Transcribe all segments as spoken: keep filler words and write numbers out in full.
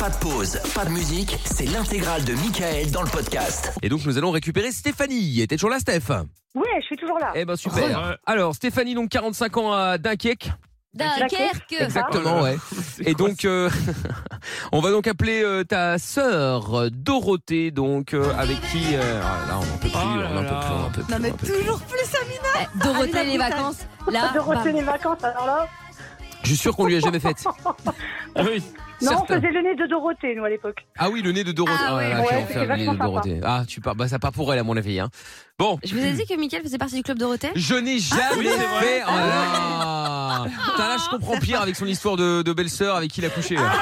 Pas de pause, pas de musique, c'est l'intégrale de Mickaël dans le podcast. Et donc nous allons récupérer Stéphanie. T'es toujours là, Steph? Ouais, je suis toujours là. Eh ben super. Ouais. Alors Stéphanie, donc quarante-cinq ans à Dunkerque. Dunkerque. Exactement, ouais. Et donc, euh, on va donc appeler euh, ta sœur Dorothée, donc euh, avec qui euh, ah, là on n'en peut plus, Oh on n'en peut plus, on n'en peut plus. Non mais on en peut toujours plus, Amina. Eh, Dorothée Amina les Boutin. vacances. Là. Dorothée bam. les vacances, alors là. Je suis sûr qu'on lui a jamais fait. Oui. Non, on Certain. faisait le nez de Dorothée, nous, à l'époque. Ah oui, le nez de Dorothée. Ah Ah, ouais, là, ouais, quel c'était enfer, le nez vachement de sympa. Dorothée. Ah, tu parles, bah ça pas pour elle à mon avis. Hein. Bon. Je vous ai dit que Mickaël faisait partie du club Dorothée. Je n'ai jamais oui, c'est vrai. fait. Oh là là. Putain, là, je comprends Pierre avec son histoire de, de belle-sœur avec qui il a couché. là.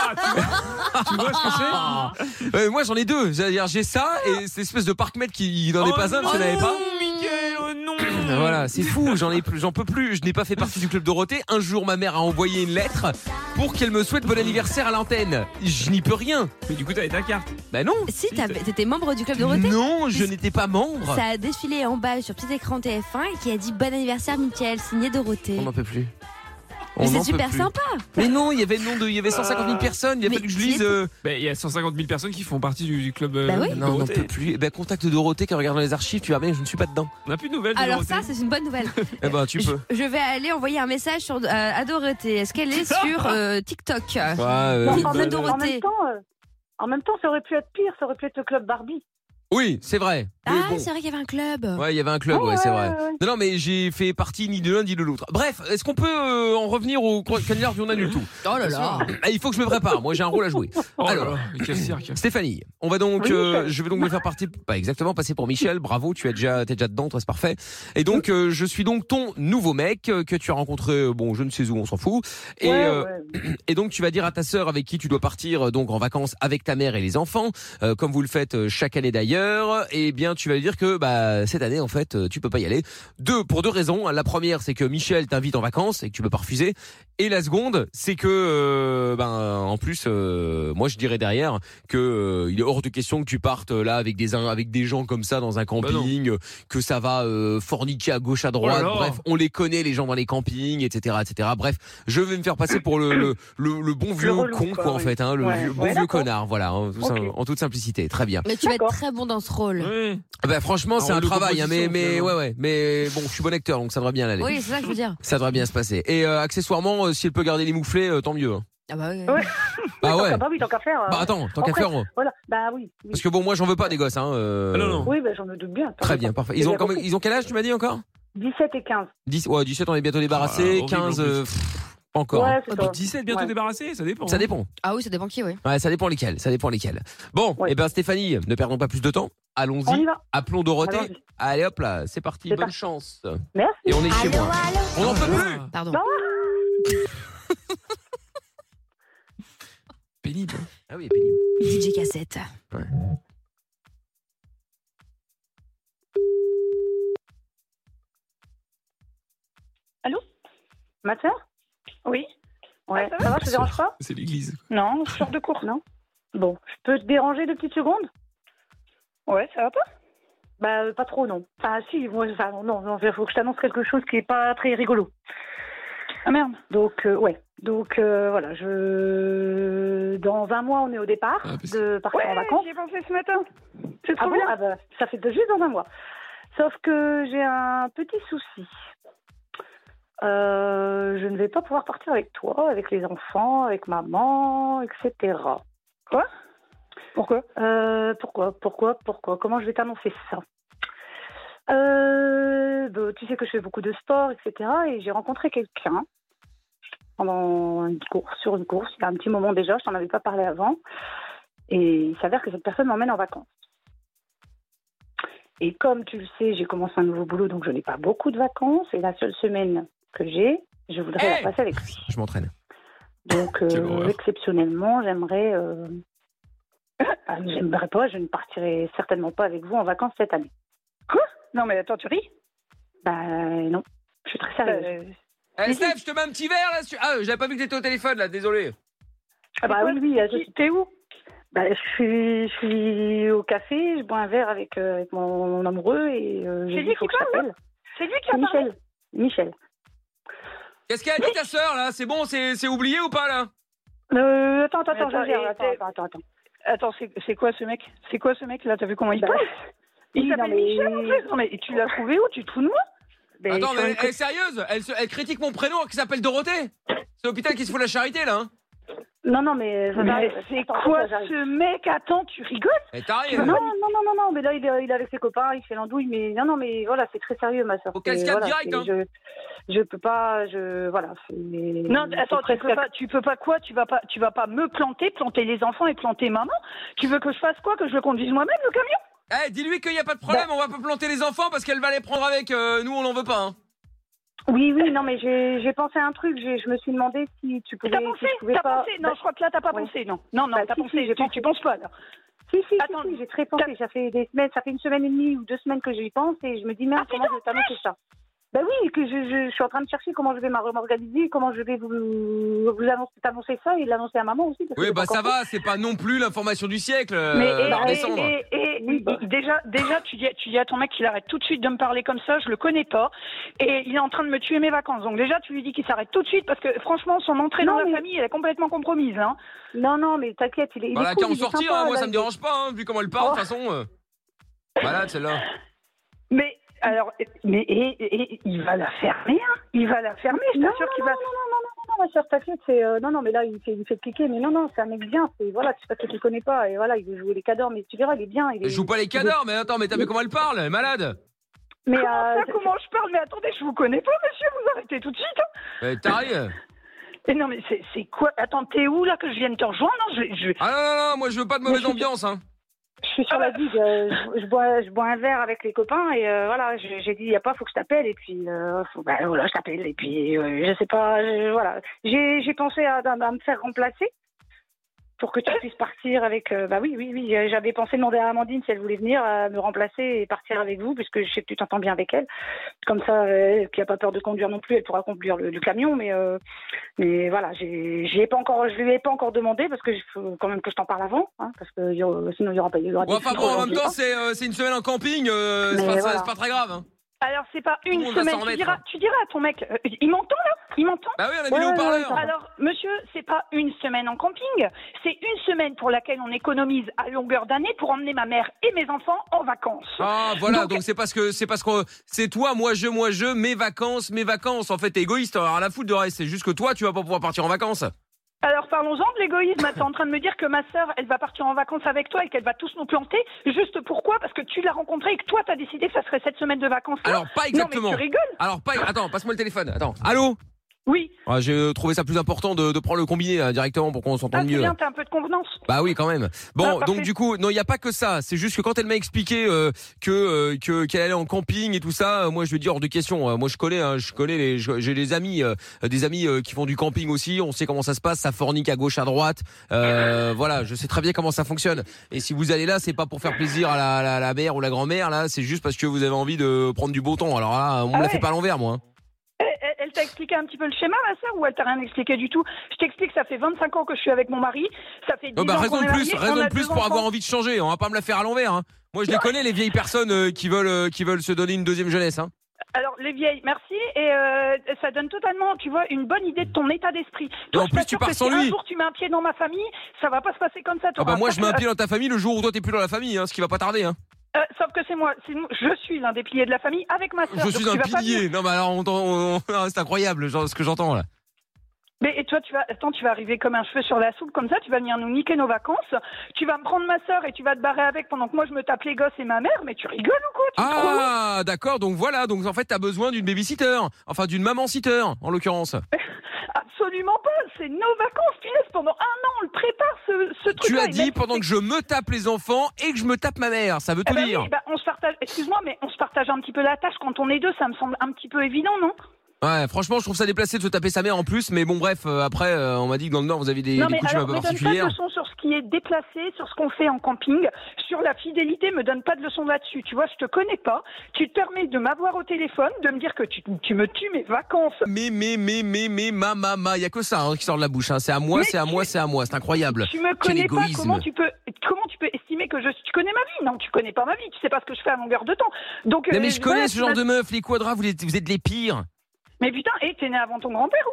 Tu vois ce que c'est Ah. Euh, moi, j'en ai deux. C'est-à-dire, j'ai ça et cette espèce de parc-mètre qui n'en est Oh pas un, non, je n'avais pas. Mickaël, oh non. Voilà, c'est fou, j'en ai plus, j'en peux plus. Je n'ai pas fait partie du club Dorothée. Un jour, ma mère a envoyé une lettre pour qu'elle me souhaite bon anniversaire à l'antenne. Je n'y peux rien. Mais du coup, t'avais ta carte. Bah non. Si t'avais- t'étais membre du club Dorothée. Non, je n'étais pas membre. Ça a défilé en bas sur petit écran T F un et qui a dit bon anniversaire Mickaël signé Dorothée. On n'en peut plus. Mais On c'est n'en super peut plus. sympa. Mais non, il y avait le nom de, il y avait cent cinquante mille personnes. Il a Mais fallu que je qui lise. est- euh, Ben, il y a cent cinquante mille personnes qui font partie du, du club. euh, Bah oui. de Non, on n'en Dorothée. peut plus. Eh ben, contacte Dorothée qui regarde dans les archives. Tu vas bien, je ne suis pas dedans. On n'a plus de nouvelles. de Alors Dorothée. ça c'est une bonne nouvelle. Eh ben, tu peux. Je vais aller envoyer un message sur, euh, à Dorothée. Est-ce qu'elle est sur euh, TikTok? Ouais, euh, Non, Oui, en, de même, Dorothée. en même temps, euh, en même temps, ça aurait pu être pire. Ça aurait pu être le club Barbie. Oui, c'est vrai. Ah, Mais bon. c'est vrai qu'il y avait un club. Ouais, il y avait un club, Oh, ouais, c'est ouais, vrai. ouais, ouais. Non, non, mais j'ai fait partie ni de l'un ni de l'autre. Bref, est-ce qu'on peut euh, en revenir au canular du on annule tout? Oh là là. Ah, il faut que je me prépare. Moi, j'ai un rôle à jouer. Oh là Alors, là, mais quel cirque. Stéphanie, on va donc, Oui, euh, Michel. je vais donc me faire partie, pas exactement, passer pour Michel. Bravo, tu es déjà, t'es déjà dedans, toi, c'est parfait. Et donc, euh, je suis donc ton nouveau mec euh, que tu as rencontré. euh, Bon, je ne sais où, on s'en fout. Et, Ouais, euh, ouais. et donc, tu vas dire à ta sœur avec qui tu dois partir, euh, donc en vacances avec ta mère et les enfants, euh, comme vous le faites euh, chaque année d'ailleurs. Et bien, tu vas lui dire que bah cette année, en fait, euh, tu peux pas y aller. Deux, pour deux raisons. La première, c'est que Michel t'invite en vacances et que tu peux pas refuser. Et la seconde, c'est que, euh, ben, en plus, euh, moi, je dirais derrière que euh, il est hors de question que tu partes euh, là avec des avec des gens comme ça dans un camping, euh, que ça va euh, forniquer à gauche à droite. Oh là là. Bref, on les connaît les gens dans les campings, et cetera, et cetera. Bref, je vais me faire passer pour le le, le, le bon vieux relou, con, quoi, quoi, en oui. fait, hein, le Ouais, vieux- bon ouais, vieux d'accord. connard, voilà, en, tout ça- Ok. en toute simplicité. Très bien. Mais tu vas être D'accord. très bon dans ce rôle. Oui. Bah franchement, Un c'est un rôle de travail, hein, mais composition, mais finalement. ouais ouais, mais bon, je suis bon acteur, donc ça devrait bien aller. Oui, c'est ça que je veux dire. Ça devrait bien se passer. Et euh, accessoirement, euh, si elle peut garder les mouflets, euh, tant mieux. hein. Ah bah oui. Ouais. Ah ouais. Bah oui, tant qu'à faire. euh, Bah attends, tant qu'à après, faire. euh, Voilà. Bah oui. oui. Parce que bon, moi, j'en veux pas des gosses, hein. euh, Ah non, non. Oui, bah, j'en me doute bien. Très bien, parfait. Ils ont quand même, ils ont quel âge, tu m'as dit encore? dix-sept et quinze. dix, ouais, dix-sept, on est bientôt Ah, débarrassé. horrible, quinze, en plus. euh, pff, pas encore. hein. Ouais, c'est Puis ça. dix-sept bientôt Ouais. débarrassé, ça dépend. Ça hein. dépend. Ah oui, ça dépend qui, oui. Ouais, ça dépend lesquels. Ça dépend lesquels. Bon, Ouais. et ben Stéphanie, ne perdons pas plus de temps. On y Allons-y. va. Appelons Dorothée. Allons-y. Allez hop là, c'est parti. C'est Bonne parti. chance. Merci. Et on est chez moi. On n'en peut Ah. plus. Pardon. Non. Pénible. Ah oui, pénible. D J Cassette. Ma sœur? Oui. Ouais, ça va, je te dérange pas? C'est l'église. Non, je sors de cours. Non. Bon, je peux te déranger deux petites secondes? Ouais, ça va pas? Bah, euh, pas trop, non. Enfin, si, moi, enfin, non, non, il faut que je t'annonce quelque chose qui est pas très rigolo. Ah merde. Donc, euh, ouais. Donc, euh, voilà, je... Dans un mois, on est au départ Ah, parce- de partir en vacances. J'y ai pensé ce matin. C'est Ah trop bon? bien. Ah bah, ça fait juste dans un mois. Sauf que j'ai un petit souci. Euh, je ne vais pas pouvoir partir avec toi, avec les enfants, avec maman, et cetera. Quoi? Pourquoi? Euh, pourquoi? Pourquoi? Pourquoi? Comment je vais t'annoncer ça? euh, bah, Tu sais que je fais beaucoup de sport, et cetera. Et j'ai rencontré quelqu'un pendant une course, sur une course, il y a un petit moment déjà, je t'en avais pas parlé avant. Et il s'avère que cette personne m'emmène en vacances. Et comme tu le sais, j'ai commencé un nouveau boulot, donc je n'ai pas beaucoup de vacances. Et la seule semaine que j'ai, je voudrais Hey la passer avec lui. Je m'entraîne. Donc, Quelle euh, horreur. exceptionnellement, j'aimerais... Euh... ah, j'aimerais pas, je ne partirai certainement pas avec vous en vacances cette année. Quoi? Non, mais attends, tu ris? Bah non, je suis très sérieuse. Euh, Eh Steph, je te mets un petit verre là. sur- Ah, j'avais pas vu que t'étais au téléphone là, désolé. Ah bah oui, oui, je... T'es où? bah, je, suis, je suis au café, je bois un verre avec, euh, avec mon, mon amoureux et euh, C'est j'ai lui dit il faut qui que je parle, t'appelle. C'est lui qui C'est a parlé. Michel. Michel. Qu'est-ce qu'elle a dit ta sœur là? C'est bon, c'est c'est oublié ou pas là? Euh, attends, attends, Mais attends, attends, je gère. et Attends, t'es- attends, attends, attends. Attends, c'est c'est quoi ce mec C'est quoi ce mec là? T'as vu comment il Bah, parle? Il oui, s'appelle non, mais- Michel en fait. Non mais tu l'as trouvé où? Tu te fous de moi? Ben, Attends, sur mais une elle, elle est sérieuse elle, se- elle critique mon prénom qui s'appelle Dorothée. C'est l'hôpital qui se fout la charité là. Hein. Non, non, mais... ça Mais j'arrive. c'est Attends, quoi attends, j'arrive. ce mec? Attends, tu rigoles? Eh, t'as Non, rien. non, non, non, non, mais là, il est, il est avec ses copains, il fait l'andouille, mais non, non, mais voilà, c'est très sérieux, ma soeur. Au cascade voilà, direct, c'est- hein. Je, je peux pas, je, voilà, c'est... Non, c'est attends, très, tu peux très- pas, tu peux pas quoi? Tu vas pas, tu vas pas me planter, planter les enfants et planter maman? Tu veux que je fasse quoi? Que je le conduise moi-même le camion? Eh, dis-lui qu'il n'y a pas de problème, on va pas planter les enfants parce qu'elle va les prendre avec. euh, nous, on n'en veut pas. Hein. Oui, oui, non, mais j'ai, j'ai pensé à un truc, j'ai, je me suis demandé si tu pouvais... T'as si pensé? je pouvais T'as pas... pensé? Non, Bah, je crois que là t'as pas ouais. pensé, non. Non, non, Bah, t'as si, pensé. si, j'ai tu, pensé. tu penses pas là. Si, si, Attends, si, si, j'ai très pensé, ça fait des semaines, ça fait une semaine et demie ou deux semaines que j'y pense et je me dis, merde, Ah, comment je vais t'annoncer ça? Ben oui, que je, je, je suis en train de chercher comment je vais m'organiser, comment je vais vous, vous annoncer, t'annoncer ça et l'annoncer à maman aussi. parce que Oui, j'ai bah pas ça encore va, c'est pas non plus l'information du siècle. euh, Mais et, leur et- descendre. et- et- Oui, bah. il- déjà, déjà, tu dis, tu dis à ton mec qu'il arrête tout de suite de me parler comme ça. Je le connais pas et il est en train de me tuer mes vacances. Donc déjà, tu lui dis qu'il s'arrête tout de suite parce que franchement, son entrée Non, dans mais- la famille, elle est complètement compromise. Hein. Non, non, mais t'inquiète, il est. Il Voilà, est cool, qu'à en il est sortir, sympa, hein, moi là, ça me il est- dérange pas, hein, vu comment elle parle, de Oh. toute façon. euh. Voilà, celle-là. Mais alors, mais et, et- et il va la fermer. Hein. Il va la fermer. Je Non, t'assure non, qu'il non, va. non, non, non, non, non, ma soeur, t'inquiète, c'est. euh, non, non, mais là, il fait, il fait cliquer, mais non, non, c'est un mec bien, c'est. Voilà, c'est parce que tu le connais pas, et voilà, il veut jouer les cadors, mais tu verras, il est bien. Il est... Je joue pas les cadors, mais attends, mais t'as vu comment elle parle? Elle est malade. Mais, Comment euh, ça, comment je parle? Mais attendez, je vous connais pas, monsieur. Vous arrêtez tout de suite. Hein. Eh, t'arrives. Et non, mais c'est c'est quoi? Attends, t'es où là que je vienne te rejoindre? Non, je, je... Ah non, non, non, moi je veux pas de mauvaise Mais je- ambiance. Hein. Je suis sur la digue, euh, je, je bois, je bois un verre avec les copains et euh, voilà, je- j'ai dit il y a pas, faut que je t'appelle et puis euh, faut- bah, voilà, je t'appelle et puis euh, je sais pas, je- voilà, j'ai j'ai pensé à, à me faire remplacer pour que tu puisses partir avec. euh, bah oui, oui, oui, j'avais pensé demander à Amandine si elle voulait venir euh, me remplacer et partir avec vous puisque je sais que tu t'entends bien avec elle, comme ça, euh, qui a pas peur de conduire non plus, elle pourra conduire le, le camion, mais euh, mais voilà, j'ai j'y ai pas encore, je lui ai pas encore demandé parce que il faut quand même que je t'en parle avant, hein, parce que y aura- sinon il y aura pas, il y aura Bon, des enfin filtres bon, en même aujourd'hui, temps, hein. c'est euh, c'est une semaine en camping, euh, c'est Mais pas, voilà. c'est pas très grave. Hein. Alors, c'est pas le une monde va semaine. s'en Tu remettre. diras, tu diras à ton mec, euh, il m'entend là? Il m'entend? Bah oui, on a mis Ouais, le ouais, haut-parleur. ouais, Alors, monsieur, c'est pas une semaine en camping, c'est une semaine pour laquelle on économise à longueur d'année pour emmener ma mère et mes enfants en vacances. Ah voilà, Donc- donc c'est parce que c'est parce que c'est toi, moi je, moi je, mes vacances, mes vacances. En fait, t'es égoïste, t'en as rien à foutre de reste. C'est juste que toi, tu vas pas pouvoir partir en vacances. Alors, parlons-en de l'égoïsme. T'es en train de me dire que ma sœur, elle va partir en vacances avec toi et qu'elle va tous nous planter. Juste pourquoi? Parce que tu l'as rencontrée et que toi, t'as décidé que ça serait cette semaine de vacances. Alors pas exactement. Non, mais tu rigoles? Alors pas. Attends, passe-moi le téléphone. Attends. Allô. Oui. Ah, j'ai trouvé ça plus important de, de prendre le combiné là, directement pour qu'on Ah, s'entende c'est mieux. bien, t'as un peu de convenance. Bah oui, quand même. Bon, Ah, parfait. donc du coup, non, il y a pas que ça. C'est juste que quand elle m'a expliqué euh, que euh, que qu'elle allait en camping et tout ça, euh, moi je lui dis hors de question. Euh, moi je connais, hein, je connais les, je- j'ai des amis, euh, des amis euh, qui font du camping aussi. On sait comment ça se passe, ça fornique à gauche, à droite. Euh, voilà, je sais très bien comment ça fonctionne. Et si vous allez là, c'est pas pour faire plaisir à la, la, la mère ou la grand-mère là, c'est juste parce que vous avez envie de prendre du beau temps. Alors là, on me Ah la ouais. fait pas à l'envers, moi. hein. Elle, elle- elle t'a expliqué un petit peu le schéma, ma sœur, ou elle t'a rien expliqué du tout? Je t'explique, ça fait vingt-cinq ans que je suis avec mon mari, ça fait dix Non, bah, ans raison qu'on de est plus, mariés, raison on a de plus deux pour enfants. avoir envie de changer. On va pas me la faire à l'envers. Hein. Moi, je les connais, les vieilles personnes euh, qui veulent, euh, qui veulent se donner une deuxième jeunesse. Hein. Alors, les vieilles, merci, et euh, ça donne totalement, tu vois, une bonne idée de ton état d'esprit. Et en je plus, t'assure tu pars que sans si un lui. jour tu mets un pied dans ma famille, ça va pas se passer comme ça. Ah bah t'auras moi, un je mets un sacré- pied dans ta famille le jour où toi t'es plus dans la famille, hein, ce qui va pas tarder. Hein. Euh, sauf que c'est moi, c'est moi, je suis l'un des piliers de la famille avec ma sœur. Je donc suis tu un vas pas pilier. venir. Non, mais alors, on, on- on- c'est incroyable, genre, ce que j'entends là. Mais et toi, tu vas, attends, tu vas arriver comme un cheveu sur la soupe, comme ça, tu vas venir nous niquer nos vacances. Tu vas me prendre ma sœur et tu vas te barrer avec pendant que moi je me tape les gosses et ma mère. Mais tu rigoles ou quoi? Tu te crois où? Ah, d'accord. Donc voilà. Donc en fait, t'as besoin d'une babysitter, enfin d'une maman-sitter, en l'occurrence. Absolument pas. C'est nos vacances, punaise. Pendant un an, on le prépare ce, ce truc. Tu as dit pendant que je me tape les enfants et que je me tape ma mère. Ça veut tout Eh ben dire. oui, bah, on se partage. Excuse-moi, mais on se partage un petit peu la tâche quand on est deux. Ça me semble un petit peu évident, non? Ouais, franchement, je trouve ça déplacé de se taper sa mère en plus. Mais bon, bref. euh, après, euh, on m'a dit que dans le Nord, vous avez des, Non des mais coutumes alors, un peu me donne pas de particulières. leçon sur ce qui est déplacé, sur ce qu'on fait en camping, sur la fidélité, me donne pas de leçon là-dessus. Tu vois, je te connais pas. Tu te permets de m'avoir au téléphone, de me dire que tu, tu me tues mes vacances. Mais, mais, mais, mais, mais, ma, ma, ma, y a que ça hein, qui sort de la bouche. Hein. C'est à moi, Mais c'est à tu- moi, c'est à moi. C'est incroyable. Tu me Quel connais pas. égoïsme. Comment tu peux, comment tu peux estimer que je, tu connais ma vie? Non, tu connais pas ma vie. Tu sais pas ce que je fais à longueur de temps. Donc. Non, euh, mais je voilà, connais tu ce genre m'as- de meufs, les quadras, vous êtes, vous êtes les pires. Mais putain, et t'es né avant ton grand-père ou quoi?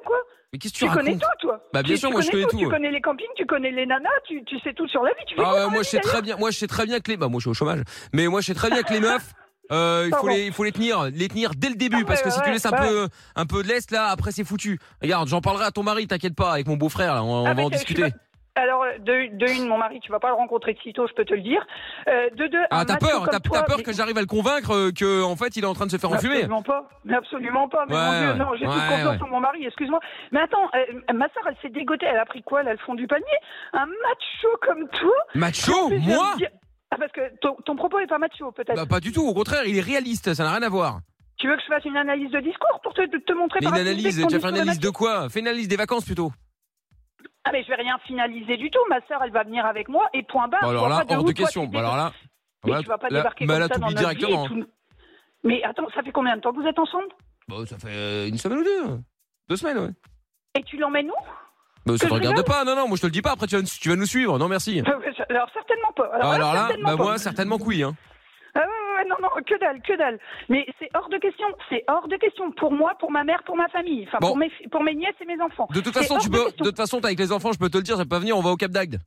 Mais qu'est-ce que Tu tu connais racontes? tout, toi. Bah bien Tu- sûr, tu moi je connais tout. Tu ouais. connais les campings, tu connais les nanas, tu, tu sais tout sur la vie. Tu fais Ah quoi ouais, dans la moi vie, je sais d'ailleurs très bien, moi je sais très bien que les, bah moi je suis au chômage, mais moi je sais très bien que les meufs, euh, il faut Pardon. les, il faut les tenir, les tenir dès le début, Ah ouais, parce que si tu ouais, laisses un ouais. peu, un peu de l'est là, après c'est foutu. Regarde, j'en parlerai à ton mari, t'inquiète pas, avec mon beau-frère là, on, on Ah, va mais en je suis discuter. pas- Alors, de, de une, mon mari, tu vas pas le rencontrer de sitôt, je peux te le dire. Euh, de deux, Ah un t'as macho peur, comme t'as, toi, t'as peur mais- que j'arrive à le convaincre euh, que en fait il est en train de se faire Mais enfumer. Absolument pas, mais absolument pas. Mais Ouais, mon Dieu, ouais. non, j'ai Ouais, toute confiance ouais. en mon mari, excuse-moi. Mais attends, euh, ma soeur, elle s'est dégotée, elle a pris quoi, là, le fond du panier? Un macho comme toi? Macho, En plus, je viens moi de dire- Ah, parce que ton, ton propos est pas macho, peut-être. Bah pas du tout, au contraire, il est réaliste, ça n'a rien à voir. Tu veux que je fasse une analyse de discours pour te, te, te montrer Mais par une activité analyse, que ton tu vas faire une discours est analyse de macho? quoi? Fais une analyse des vacances plutôt. Ah, mais je vais rien finaliser du tout. Ma soeur, elle va venir avec moi et point barre. Bon, Je alors vois là, pas de hors où de toi, question. tu Bon, alors là, Mais là, tu vas pas là, débarquer bah, comme là, ça dans t'oublies notre vie et directement. tout. Mais attends, ça fait combien de temps que vous êtes ensemble? Bon, ça fait euh, une semaine ou deux. Deux semaines, ouais. Et tu l'emmènes où? Bah, ça Que te je regarde rigole pas, non, non, moi je te le dis pas, après tu vas, tu vas nous suivre, non merci. Alors certainement pas. Alors, Ah, alors là, certainement bah pas. moi certainement que oui. Hein. Ah ouais, ouais, ouais, non, non, que dalle, que dalle. Mais c'est hors de question, c'est hors de question pour moi, pour ma mère, pour ma famille, enfin Bon. pour mes fi- pour mes nièces et mes enfants. De toute C'est façon, hors tu de peux, question. de toute façon, t'es avec les enfants, je peux te le dire, ça peut pas venir, on va au Cap d'Agde.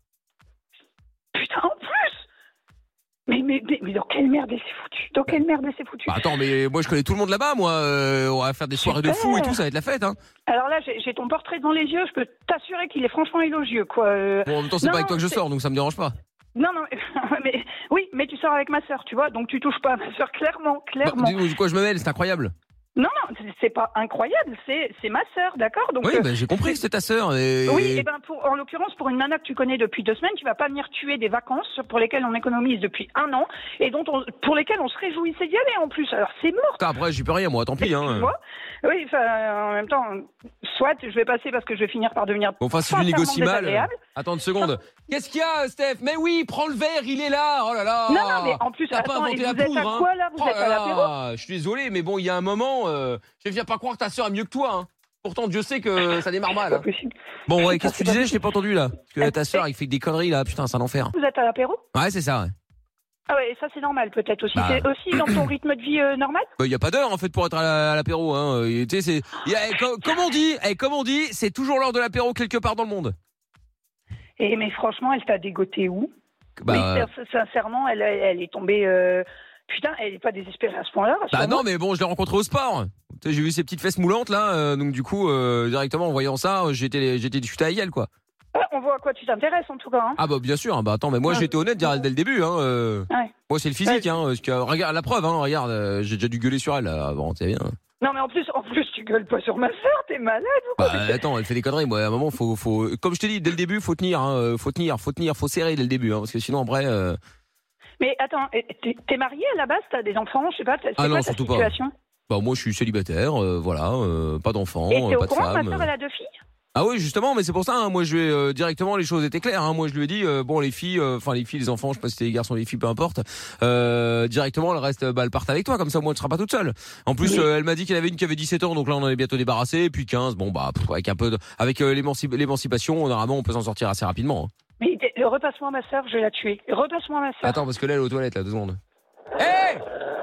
Putain, en plus. Mais, mais, mais, mais dans quelle merde elle s'est foutue? Dans quelle merde elle s'est foutue? Bah attends, mais moi je connais tout le monde là-bas, moi. euh, on va faire des soirées de fous et tout, ça va être la fête. Hein. Alors là, j'ai j'ai ton portrait dans les yeux, je peux t'assurer qu'il est franchement élogieux, quoi. Euh, Bon, en même temps, c'est Non, pas avec toi que je c'est- sors, donc ça me dérange pas. Non, non, mais oui, mais tu sors avec ma sœur, tu vois, donc tu touches pas à ma sœur, clairement, Bah, clairement. dis-nous, de quoi je me mêle, c'est incroyable. Non, non, c'est- c'est pas incroyable, c'est c'est ma sœur, d'accord? Donc Oui, euh, bah, j'ai compris que c'était ta sœur. Et... oui, et ben pour, en l'occurrence, pour une nana que tu connais depuis deux semaines, tu vas pas venir tuer des vacances pour lesquelles on économise depuis un an et dont on, pour lesquelles on se réjouissait d'y aller en plus. Alors c'est mort. Putain, après, j'y peux rien, moi, tant pis. Hein. Excuse-moi. Oui, enfin, en même temps, soit je vais passer parce que je vais finir par devenir. Bon, enfin, si tu sincèrement négocies mal. désagréable. Attends une seconde. Qu'est-ce qu'il y a, Steph? Mais oui, prends le verre, il est là. Oh là là. Non, non, mais en plus, T'as pas attends, et inventé vous la êtes poudre, à hein. quoi là? Vous Oh êtes là à l'apéro? là, je suis désolé, mais bon, il y a un moment, euh, je viens pas croire que ta sœur est mieux que toi. Hein. Pourtant, Dieu sait que ça démarre mal. Pas Hein. possible. Bon, ouais, Putain, qu'est-ce que tu c'est pas disais? Je t'ai pas entendu là. Parce que ta sœur, il fait que des conneries là. Putain, c'est un enfer. Vous êtes à l'apéro? Ouais, c'est ça. Ouais. Ah ouais, ça c'est normal peut-être aussi. Bah. C'est aussi dans ton rythme de vie euh, normal? Il y a pas d'heure en fait pour être à la- à l'apéro. Hein. Et, tu sais, c'est, y a- comme, comme on dit, eh, comme on dit, c'est toujours l'heure de l'apéro quelque part dans le monde. Et mais franchement, elle t'a dégoté où? Bah, Oui, sin- sincèrement, elle, elle est tombée. euh, Putain, elle est pas désespérée à ce point-là. bah rassure-moi. non, mais bon, je l'ai rencontré au sport. Tu sais, j'ai vu ses petites fesses moulantes là, euh, donc du coup, euh, directement en voyant ça, j'étais, j'étais discuté avec elle quoi. Ah, on voit à quoi tu t'intéresses en tout cas. Hein. Ah bah bien sûr. Bah attends, mais moi Ouais. j'étais honnête dès dès le début. Hein. euh. Ouais. Moi c'est le physique. Ouais. Hein, parce que, regarde la preuve. Hein, regarde, euh, j'ai déjà dû gueuler sur elle là, avant. C'est bien. Non mais en plus, en plus, tu gueules pas sur ma sœur, t'es malade ou quoi? Bah attends, elle fait des conneries. Moi, à un moment, faut, faut, comme je t'ai dit dès le début, faut tenir, hein, faut tenir, faut tenir, faut serrer dès le début, hein, parce que sinon après. Euh... Mais attends, et t'es t'es marié à la base? T'as des enfants? Je sais pas. C'est Ah quoi non, ta surtout pas. situation? Bah moi, je suis célibataire, euh, voilà, euh, pas d'enfants, Et euh, t'es pas au de courant? femme. Ma sœur, euh. elle a deux filles. Ah oui, justement, mais c'est pour ça. Hein, moi, je lui ai euh, directement les choses étaient claires. Hein, moi, je lui ai dit, euh, bon, les filles, euh, enfin les filles, les enfants, je sais pas si c'était les garçons, les filles, peu importe. Euh, directement, le reste, bah, elles partent avec toi, comme ça, moi, tu seras pas toute seule. En plus, Oui. euh, elle m'a dit qu'elle avait une qui avait dix-sept ans, donc là, on en est bientôt débarrassé. Et puis quinze, bon, bah, pff, avec un peu, de, avec euh, l'émancip- l'émancipation, normalement, on peut s'en sortir assez rapidement. Hein. Mais t'es- repasse-moi ma sœur, je vais la tuer. Repasse-moi ma sœur. Attends, parce que là, elle est aux toilettes, là, deux secondes. Hé,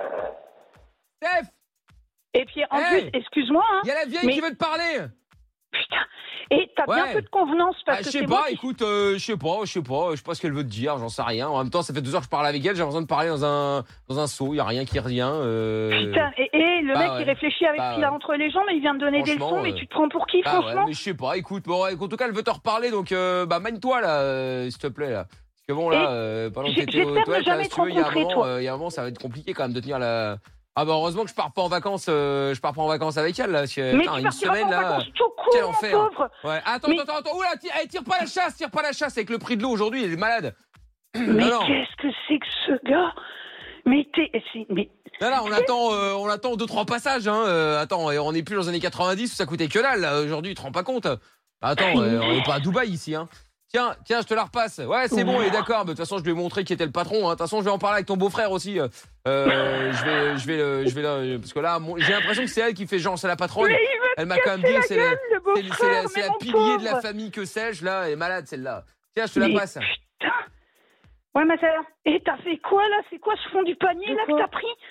Steph, Et puis en Hey plus, excuse-moi, hein. il y a la vieille Mais- qui veut te parler. Putain. Et t'as bien Ouais. peu de convenance parce Ah, que je sais c'est pas, moi qui- écoute, euh, je sais pas, je sais pas, je sais pas ce qu'elle veut te dire, j'en sais rien. En même temps, ça fait deux heures que je parle avec elle, j'ai l'impression de parler dans un dans un seau, y a rien qui revient. Euh... Putain, et, et le bah mec ouais. il réfléchit avec Bah ce qu'il a ouais. entre les jambes, il vient de donner des Franchement, leçons, mais euh, tu te prends pour qui, Ah ouais, franchement? mais je sais pas, écoute, bon, ouais, en tout cas, elle veut te reparler, donc euh, bah mène-toi là, euh, s'il te plaît là. Parce que bon là, Et euh, pendant que j'ai- t'étais aux j'espère ne toilettes, là, jamais si te tu veux, il y a un rencontrer, moment, toi. euh, il y a un moment, ça va être compliqué quand même de tenir la. Ah bah heureusement que je pars pas en vacances, euh, je pars pas en vacances avec elle là, parce que, Mais putain, tu une partiras pas semaine en là. vacances tout quel court, enfer. mon pauvre. Ouais, attends, Mais- attends, attends, oula, tire, eh, tire pas la chasse, tire pas la chasse avec le prix de l'eau aujourd'hui, il est malade. Mais Non, non. qu'est-ce que c'est que ce gars? Mais t'es... c'est- Mais... Là, là, on attend, euh, on attend deux trois passages. Hein. Euh, attends, et on n'est plus dans les années quatre-vingt-dix où ça coûtait que dalle. Là. Aujourd'hui, tu te rends pas compte. Attends, euh, on n'est pas à Dubaï ici. Hein. Tiens, tiens, je te la repasse. Ouais, c'est bon, il est d'accord. Mais de toute façon, je lui ai montré qui était le patron. hein. De toute façon, je vais en parler avec ton beau-frère aussi. Euh, je vais, je vais, euh, je vais là, parce que là, mon- j'ai l'impression que c'est elle qui fait genre c'est la patronne. Mais il va Elle te m'a quand même casser dit la que c'est la, gueule, le c'est- c'est beau-frère, la, c'est mais la mon pilier de la pauvre. famille que sais-je là. Elle est malade celle-là. Tiens, je te la Mais passe. putain. Ouais, ma sœur. Et t'as fait quoi, là? C'est quoi ce fond du panier, là, que t'as pris?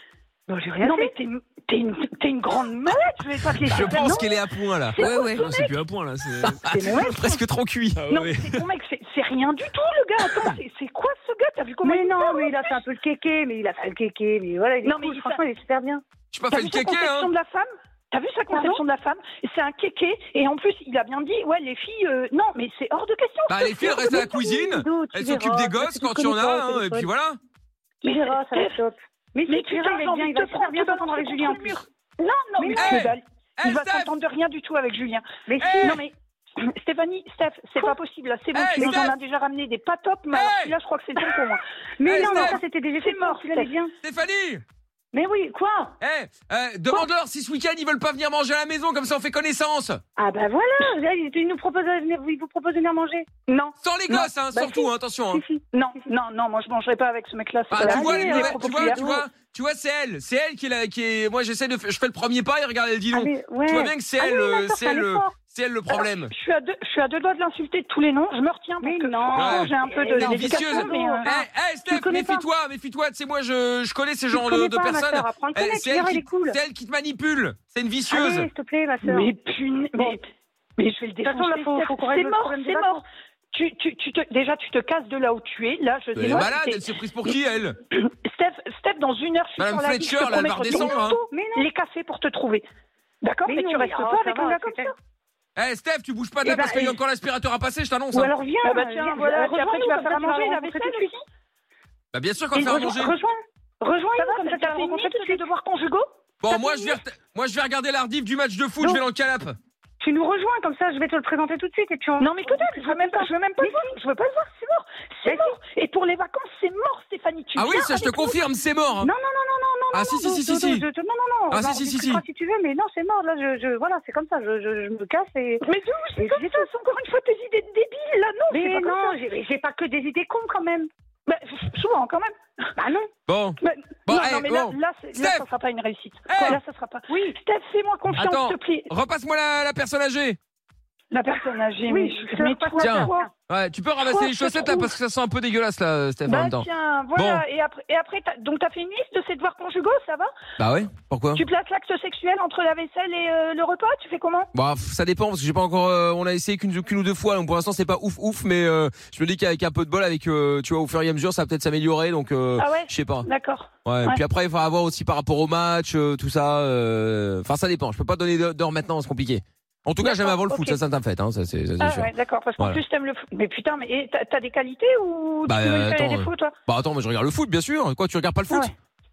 Bah, j'ai rien Non, fait. mais t'es une, t'es une, t'es une grande malade, je vais pas te laisser Je faire. pense Non, qu'elle est à point là. Ouais, ouais. Non, c'est plus un point là. C'est c'est mon mec. Presque trop cuit. Ah, Non, ouais. mais c'est ton mec, c'est, c'est rien du tout, le gars. Attends, c'est, c'est quoi ce gars? T'as vu comment Mais il non, parle, mais il a fait un peu le kéké, mais il a fait le kéké, mais voilà, il est Non, mais cool, il franchement, il est super bien. Je pas T'as fait vu le sa kéké, conception hein. de la femme? T'as vu sa conception de la femme? C'est un kéké, et en plus, il a bien dit, ouais, les filles, euh, non, mais c'est hors de question. Bah les filles elles restent à la cuisine, D'où, tu elles verras, s'occupent des parce gosses que tu quand il y en connais a, pas au hein, et téléphone. puis voilà. Tu verras, ça va être top. Mais Mais si, tu putain, verras, il j'ai est envie bien, il de va te super bien prendre s'entendre avec contre Julien en le plus. mur. Non, non, mais, Mais que hey, dalle. hey, Il va Steph, s'entendre de rien du tout avec Julien. Mais Hey. si, Non, mais Stéphanie, Steph, c'est pas possible, là, c'est bon, Hey, tu nous en Steph. as déjà ramené des pas top, mais alors Hey. celui-là, je crois que c'est bon pour moi. mais Hey, non, mais Steph. ça c'était déjà C'est fait mort, tu l'avais Steph. bien. Stéphanie. Mais oui, quoi? Eh, euh, demande-leur si ce week-end ils veulent pas venir manger à la maison, comme ça on fait connaissance. Ah bah voilà, là, il il nous propose de venir, il vous propose de venir manger. Non, Sans les Non. gosses, hein, Bah, surtout, si. hein, attention. Hein. Si, si. non, non, non, moi je mangerai pas avec ce mec-là. c'est Ah, pas tu la- vois, il tu est vois, trop tu vois, populaire. tu vois, tu vois, c'est elle, c'est elle qui est là, qui est. Moi, j'essaie de, f- je fais le premier pas et regarde, elle dit non. Ah, mais, ouais. Tu vois bien que c'est Ah, elle, oui, euh, d'accord, c'est c'est un elle, le- effort. c'est elle le problème. Je suis à deux, je suis à deux doigts de l'insulter de tous les noms. Je me retiens parce Mais que non. franchement, Ouais. j'ai un peu de Elle est Elle est d'éducation, vicieuse. mais, euh, Eh, eh, Steph, connais pas. méfie-toi, méfie-toi. Tu sais, moi, je, je connais ce Tu genre le de, connais de pas, ma personnes. sœur, apprends à le Eh, connaître, C'est tu elle, verras, il qui- est cool. c'est elle qui te manipule. C'est une vicieuse. Allez, s'il te plaît, ma sœur. mais punaise, Bon. mais, mais je vais le toute façon, là, défoncer. faut- Steph. faut qu'on règle C'est le mort, problème des c'est vacances. mort. Tu, tu, tu te, déjà, tu te casses de là où tu es. Là, je Elle est dénonce. malade, T'es- elle s'est prise pour qui, elle? Steph, Steph, dans une heure, je suis Madame sur la Fletcher, liste, je te là, elle va promets, je redescendre, hein. défonce Mais non. les cafés pour te trouver. D'accord? Mais Mais non, tu restes mais, pas oh, avec ça un va, gars comme c'est ça. Eh, Steph, tu bouges pas de Eh là ben, parce qu'il y a et- encore l'aspirateur à passer, je t'annonce. Ou Hein. alors viens. Ah bah tiens, viens, voilà, puis après, tu rejoins-nous, vas comme faire ça, à tu vas manger, il rencontrer avait tout de ça, suite. Bah, bien sûr qu'on va Et faire à rejoins, manger. rejoins, Rejoins-nous, ça va, comme ça, tu t'as vas fait une rencontrer liste tout de des suite. devoirs conjugaux? Bon, T'as moi, fait je une vais, ret- moi, je vais regarder l'ardif du match de foot, Non. je vais dans le canapé. Tu nous rejoins, comme ça, je vais te le présenter tout de suite et puis on. Non mais que dalle, je veux même pas, je veux même pas le voir, je veux pas le voir, c'est mort, c'est Mais mort. Et pour les vacances, c'est mort, Stéphanie. Tu Ah oui, viens ça, je te avec nous. confirme, c'est mort. hein. Non, non, non, non, non, non. Ah, non, si, si, non, si, je- si, si. je- je- Non, non, non. Ah, bah, si, on si, si, discutera si. si tu veux, mais non, c'est mort. Là, je, je, voilà, c'est comme ça. Je, je, je me casse et. Mais d'où c'est Et comme c'est ça, c'est encore une fois tes idées de débiles là, non, c'est Mais pas comme non, ça. j'ai j'ai pas que des idées cons quand même. Bah, souvent quand même. Bah non. Bon. Bah, Bon, non, hey, non mais là, bon. là, c'est- là, Steph. ça sera pas une réussite. Hey. Là, ça sera pas. Oui, Steph, fais-moi confiance, Attends. s'il te plaît. Repasse-moi la, la personne âgée. La personne âgée, Oui, mais, je mais repasse toi, Tiens. toi. Ouais, tu peux ramasser Quoi, les je te chaussettes là trouve. parce que ça sent un peu dégueulasse là, Steph, en Bah même temps. tiens, voilà. Et après, et après t'as- donc t'as fait une liste de ces devoirs conjugaux, ça va? Bah ouais, pourquoi? Tu places l'acte sexuel entre la vaisselle et euh, le repas, tu fais comment? Bah, pff, ça dépend parce que j'ai pas encore. euh, on a essayé qu'une qu'une ou deux fois, donc pour l'instant c'est pas ouf ouf, mais euh, je me dis qu'avec un peu de bol, avec euh, tu vois, au fur et à mesure, ça va peut-être s'améliorer, donc euh, Ah ouais? je sais pas. D'accord. Ouais. Ouais. Puis après, il va voir aussi par rapport au match, euh, tout ça. euh, Enfin, ça dépend. Je peux pas donner d'heure maintenant, c'est compliqué. En tout cas, j'aime avant le foot, ok. ça c'est un fait, hein, ça c'est ça, c'est Ah sûr. ouais, d'accord, parce qu'en Voilà. plus t'aimes le foot. Mais putain, mais et t'as t'as des qualités ou Bah, tu veux euh, faire attends, des défauts, toi? Bah attends, moi je regarde le foot, bien sûr. Quoi, tu regardes pas le foot? Ah ouais.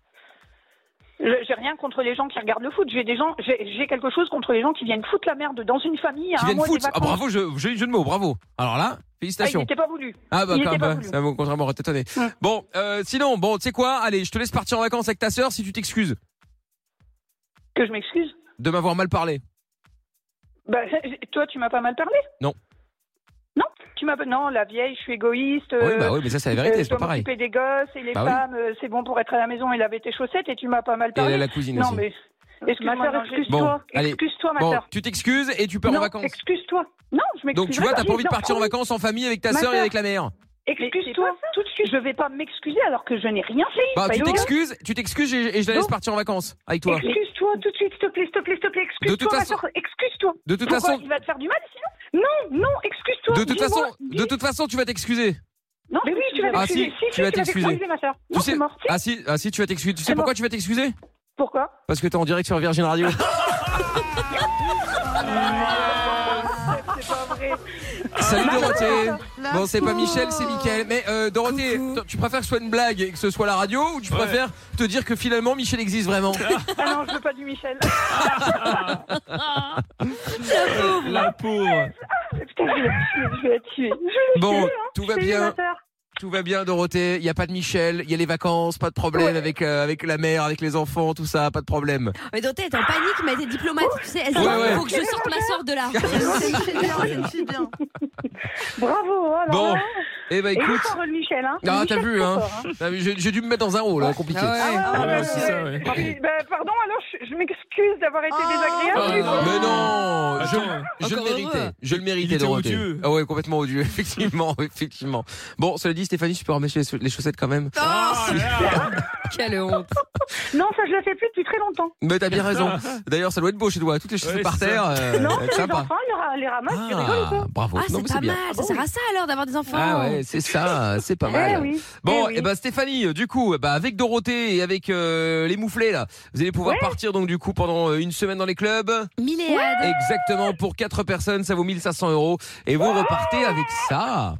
Je- J'ai rien contre les gens qui regardent le foot. J'ai des gens, j'ai j'ai quelque chose contre les gens qui viennent foutre la merde dans une famille à Qui un viennent mois des foot? Ah vacances. bravo, je, j'ai eu le jeu de mots, bravo. Alors là, Ah, il félicitations. n'était pas voulu. Ah bah Il quand était pas même, voulu. ça va contrairement à t'étonner. Hum. Bon, euh, sinon, bon, tu sais quoi? Allez, je te laisse partir en vacances avec ta sœur si tu t'excuses Que je m'excuse. de m'avoir mal parlé. Bah, toi, tu m'as pas mal parlé? Non. Non, tu m'as pas. Non, la vieille, je suis égoïste. Oui, euh, bah oui, mais ça c'est la vérité, euh, c'est pas je dois pareil. m'occuper des gosses et les Bah oui. femmes, euh, c'est bon pour être à la maison et laver tes chaussettes et tu m'as pas mal Et parlé. elle a la cuisine non, aussi. mais Ma excuse-moi, sœur, non, j'ai- excuse-toi. Bon, allez. excuse-toi, ma Bon, sœur. tu t'excuses et tu pars en Non, vacances. excuse-toi. Non, je m'excuse. Donc tu vois, t'as pas envie de Non, partir en promis. vacances en famille avec ta Ma sœur et sœur. avec la mère. Excuse-toi tout de suite. Je vais pas m'excuser alors que je n'ai rien fait. Bah tu Payo. t'excuses, tu t'excuses et et je la laisse Non. partir en vacances avec toi. Excuse-toi tout de suite, s'il te plaît, s'il te plaît, s'il te plaît. Excuse-toi, De toute ma façon- sœur, excuse-toi. De toute Pourquoi façon, il va te faire du mal sinon? Non, non, excuse-toi. de toute dis-moi, façon, dis- de toute façon, tu vas t'excuser. Non, mais oui, tu vas Ah, t'excuser. si, tu vas t'excuser. ma sœur. Tu Non, sais c'est mort. Si. Ah si, ah si, tu vas t'excuser. Tu sais C'est pourquoi mort. tu vas t'excuser? Pourquoi? Parce que t'es en direct sur Virgin Radio. C'est pas vrai. Salut Dorothée. Bon, c'est pas Michel, c'est Mickaël. Mais euh, Dorothée, t- tu préfères que ce soit une blague et que ce soit la radio, ou tu Ouais. préfères te dire que finalement Michel existe vraiment? Ah non, je veux pas du Michel. La pauvre. Putain, je vais la tuer, je vais la tuer. Je vais la Bon, tuer, hein. tout va Salut, bien. ma sœur. Tout va bien, Dorothée. Il y a pas de Michel. Il y a les vacances, pas de problème Ouais. avec euh, avec la mère, avec les enfants, tout ça, pas de problème. Mais Dorothée elle est en panique, mais elle était diplomate, tu sais. Elle dit, Ouais, ouais. faut que je sorte ma soeur de là. C'est une fille bien, c'est une fille bien. Bravo. Oh là Bon, là. eh ben Et il écoute. est fort, le Michel, hein. Ah, Le t'as Michel, vu, c'est hein. fort, hein. T'as vu, J'ai j'ai dû me mettre dans un rôle, hein, compliqué. Ah ouais. Ah ouais, Ah ouais, ouais, ouais, c'est ouais. ça, ouais. Ah, puis, bah, pardon, alors je, je m'excuse d'avoir été Oh. désagréable. Ah, Mais non, je, Attends, je le encore méritais. heureux. Je le Il méritais, était Dorothée. odieux. Ah ouais, complètement odieux, effectivement, effectivement. Bon, cela dit, Stéphanie, tu peux remettre les les chaussettes quand même. Ah, là. Quelle honte. Non, ça je le fais plus depuis très longtemps. Mais t'as bien raison. D'ailleurs, ça doit être beau chez toi. Toutes les chaussettes Ouais, par c'est terre. euh, Non, ça va être c'est les sympa. enfants, ils ra- les ramassent, tu rigoles ou Ah, quoi? bravo. Ah, Non, c'est mais pas bien. mal. Ça sert à ça alors d'avoir des enfants. Ah ouais, c'est ça, c'est pas Eh mal. oui. Bon, eh et oui. ben Stéphanie, du coup, bah avec Dorothée et avec euh, les mouflets là, vous allez pouvoir partir donc du coup pendant euh, une semaine dans les clubs. Milléade. Exactement, pour quatre personnes, ça vaut mille cinq cents euros et vous repartez avec ça.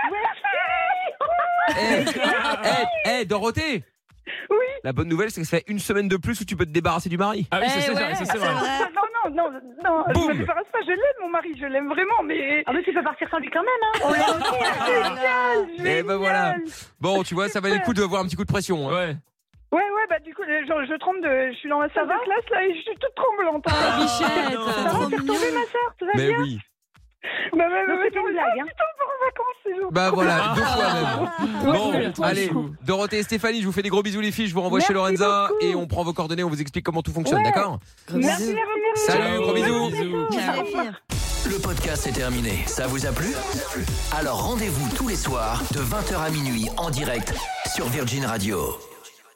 Eh, eh, eh, Dorothée. Oui. La bonne nouvelle, c'est que ça fait une semaine de plus où tu peux te débarrasser du mari. Ah oui, ça Eh c'est ouais, vrai, ça c'est c'est vrai. vrai. Non, non, non, non, je Boum. me débarrasse pas, je l'aime, mon mari, je l'aime vraiment, mais... Ah mais tu peux partir sans lui quand même, hein. On l'aime aussi, hein. Génial, Eh ben voilà. génial. Bon, tu vois, ça valait le coup de voir un petit coup de pression. Hein. Ouais. Ouais, ouais, bah du coup, je, je tremble de... Je suis dans la salle de classe, là, et je suis toute tremblante. Ah, Ah, Bichette, non. c'est Ça va, trop t'es mignon. retombée, ma soeur, tout va Mais bien? oui. Bah, bah, Non, bah, c'était bah, une blague, hein. putain, on part en vacances, ces jours. Bah voilà, deux fois même. Bon, Ouais, trop allez, chou. Dorothée et Stéphanie, je vous fais des gros bisous les filles, je vous renvoie Merci chez Lorenza beaucoup. et on prend vos coordonnées, on vous explique comment tout fonctionne, Ouais. d'accord? Gros Merci, bisous. merci, merci. Salut, gros bisous. Bisous. Ciao, les filles. Le podcast est terminé. Ça vous a plu? Alors rendez-vous tous les soirs de vingt heures à minuit en direct sur Virgin Radio.